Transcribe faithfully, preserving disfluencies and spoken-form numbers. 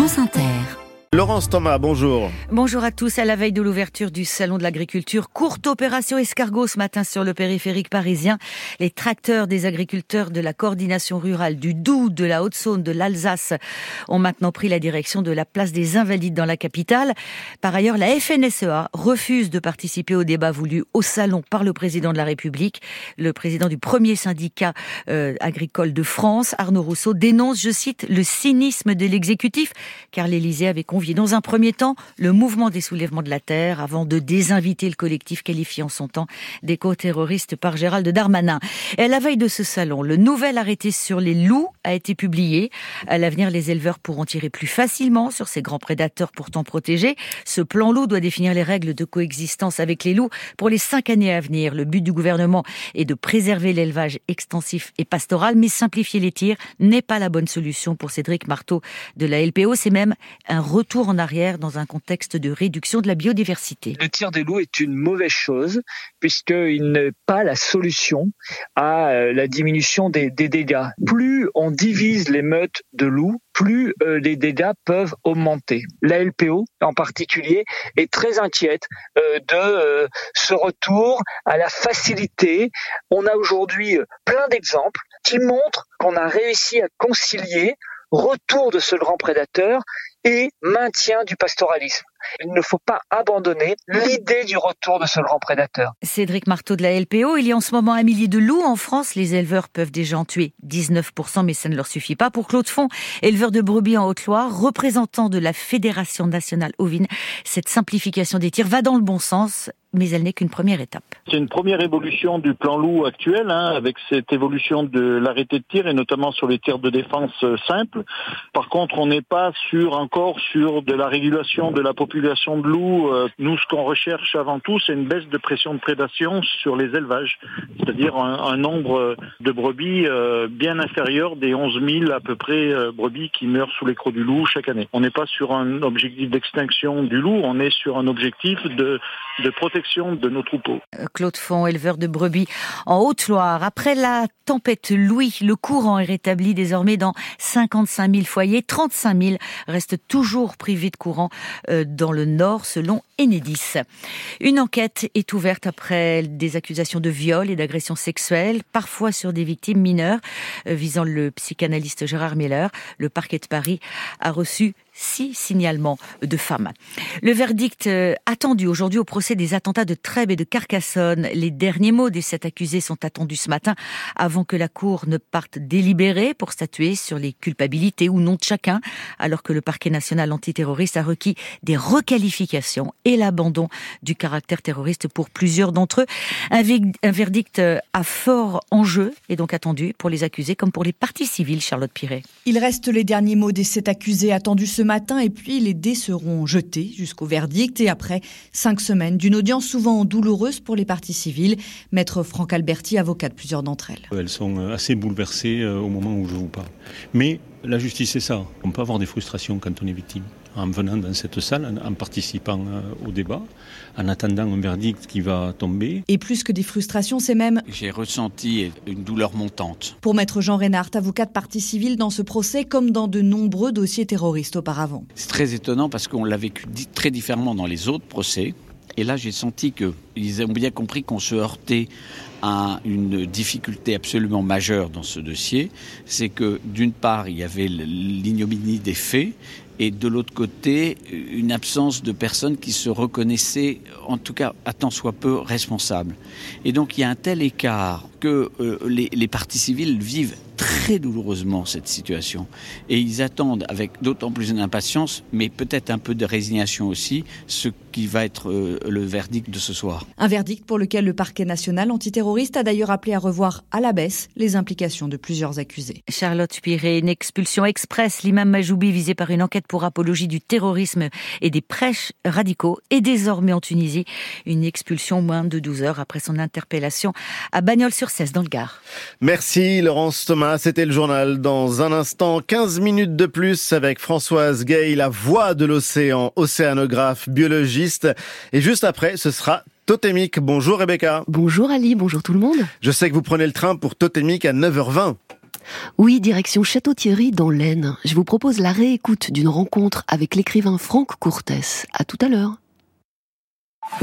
France Inter. Laurence Thomas, bonjour. Bonjour à tous. À la veille de l'ouverture du Salon de l'Agriculture, courte opération escargot ce matin sur le périphérique parisien. Les tracteurs des agriculteurs de la coordination rurale du Doubs, de la Haute-Saône, de l'Alsace ont maintenant pris la direction de la place des Invalides dans la capitale. Par ailleurs, la F N S E A refuse de participer au débat voulu au Salon par le président de la République. Le président du premier syndicat euh, agricole de France, Arnaud Rousseau, dénonce, je cite, le cynisme de l'exécutif, car l'Élysée avait convié dans un premier temps le mouvement des soulèvements de la terre avant de désinviter le collectif qualifié en son temps d'éco-terroriste par Gérald Darmanin. Et à la veille de ce salon, le nouvel arrêté sur les loups a été publié. À l'avenir, les éleveurs pourront tirer plus facilement sur ces grands prédateurs pourtant protégés. Ce plan loup doit définir les règles de coexistence avec les loups pour les cinq années à venir. Le but du gouvernement est de préserver l'élevage extensif et pastoral, mais simplifier les tirs n'est pas la bonne solution pour Cédric Marteau de la L P O. C'est même un retour en arrière dans un contexte de réduction de la biodiversité. Le tir des loups est une mauvaise chose puisqu'il n'est pas la solution à la diminution des, des dégâts. Plus on divise les meutes de loups, plus euh, les dégâts peuvent augmenter. La L P O, en particulier, est très inquiète euh, de euh, ce retour à la facilité. On a aujourd'hui plein d'exemples qui montrent qu'on a réussi à concilier retour de ce grand prédateur et maintien du pastoralisme. Il ne faut pas abandonner l'idée du retour de ce grand prédateur. Cédric Marteau de la L P O, il y a en ce moment un millier de loups en France. Les éleveurs peuvent déjà en tuer dix-neuf pour cent, mais ça ne leur suffit pas. Pour Claude Font, éleveur de brebis en Haute-Loire, représentant de la Fédération nationale ovine, cette simplification des tirs va dans le bon sens, mais elle n'est qu'une première étape. C'est une première évolution du plan loup actuel, hein, avec cette évolution de l'arrêté de tir et notamment sur les tirs de défense simples. Par contre, on n'est pas sur encore sur de la régulation de la population de loups. Nous, ce qu'on recherche avant tout, c'est une baisse de pression de prédation sur les élevages, c'est-à-dire un, un nombre de brebis euh, bien inférieur des onze mille à peu près euh, brebis qui meurent sous les crocs du loup chaque année. On n'est pas sur un objectif d'extinction du loup, on est sur un objectif de, de protection de nos troupeaux. Claude Font, éleveur de brebis en Haute-Loire. Après la tempête Louis, le courant est rétabli désormais dans cinquante-cinq mille foyers. trente-cinq mille restent toujours privés de courant euh, dans le Nord, selon Enedis. Une enquête est ouverte après des accusations de viol et d'agression sexuelle, parfois sur des victimes mineures, euh, visant le psychanalyste Gérard Miller. Le parquet de Paris a reçu six signalements de femmes. Le verdict euh, attendu aujourd'hui au procès des attentats de Trèbes et de Carcassonne. Les derniers mots des sept accusés sont attendus ce matin avant que la Cour ne parte délibérer pour statuer sur les culpabilités ou non de chacun, alors que le parquet national antiterroriste a requis des requalifications et l'abandon du caractère terroriste pour plusieurs d'entre eux. Un, v- un verdict à fort enjeu est donc attendu pour les accusés comme pour les parties civiles, Charlotte Piret. Il reste les derniers mots des sept accusés attendus ce matin et puis les dés seront jetés jusqu'au verdict et après cinq semaines d'une audience souvent douloureuse pour les parties civiles. Maître Franck Alberti, avocat de plusieurs d'entre elles. Elles sont assez bouleversées au moment où je vous parle. Mais la justice, c'est ça. On peut avoir des frustrations quand on est victime. En venant dans cette salle, en participant au débat, en attendant un verdict qui va tomber. Et plus que des frustrations, c'est même... J'ai ressenti une douleur montante. Pour maître Jean Reynard, avocat de partie civile dans ce procès, comme dans de nombreux dossiers terroristes auparavant. C'est très étonnant parce qu'on l'a vécu très différemment dans les autres procès. Et là, j'ai senti qu'ils ont bien compris qu'on se heurtait à une difficulté absolument majeure dans ce dossier. C'est que, d'une part, il y avait l'ignominie des faits, et de l'autre côté, une absence de personnes qui se reconnaissaient, en tout cas, à tant soit peu, responsables. Et donc, il y a un tel écart que euh, les, les parties civiles vivent très douloureusement cette situation. Et ils attendent avec d'autant plus d'impatience, mais peut-être un peu de résignation aussi, ce qui va être euh, le verdict de ce soir. Un verdict pour lequel le parquet national antiterroriste a d'ailleurs appelé à revoir à la baisse les implications de plusieurs accusés. Charlotte Piret, une expulsion express. L'imam Majoubi, visé par une enquête pour apologie du terrorisme et des prêches radicaux, est désormais en Tunisie. Une expulsion moins de douze heures après son interpellation à Bagnols-sur-Cèze dans le Gard. Merci Laurence Thomas, c'était le journal. Dans un instant, quinze minutes de plus avec Françoise Gay, la voix de l'océan, océanographe, biologiste. Et juste après, ce sera Totémique. Bonjour Rebecca. Bonjour Ali, bonjour tout le monde. Je sais que vous prenez le train pour Totémique à neuf heures vingt. Oui, direction Château-Thierry dans l'Aisne. Je vous propose la réécoute d'une rencontre avec l'écrivain Franck Courtès. À tout à l'heure.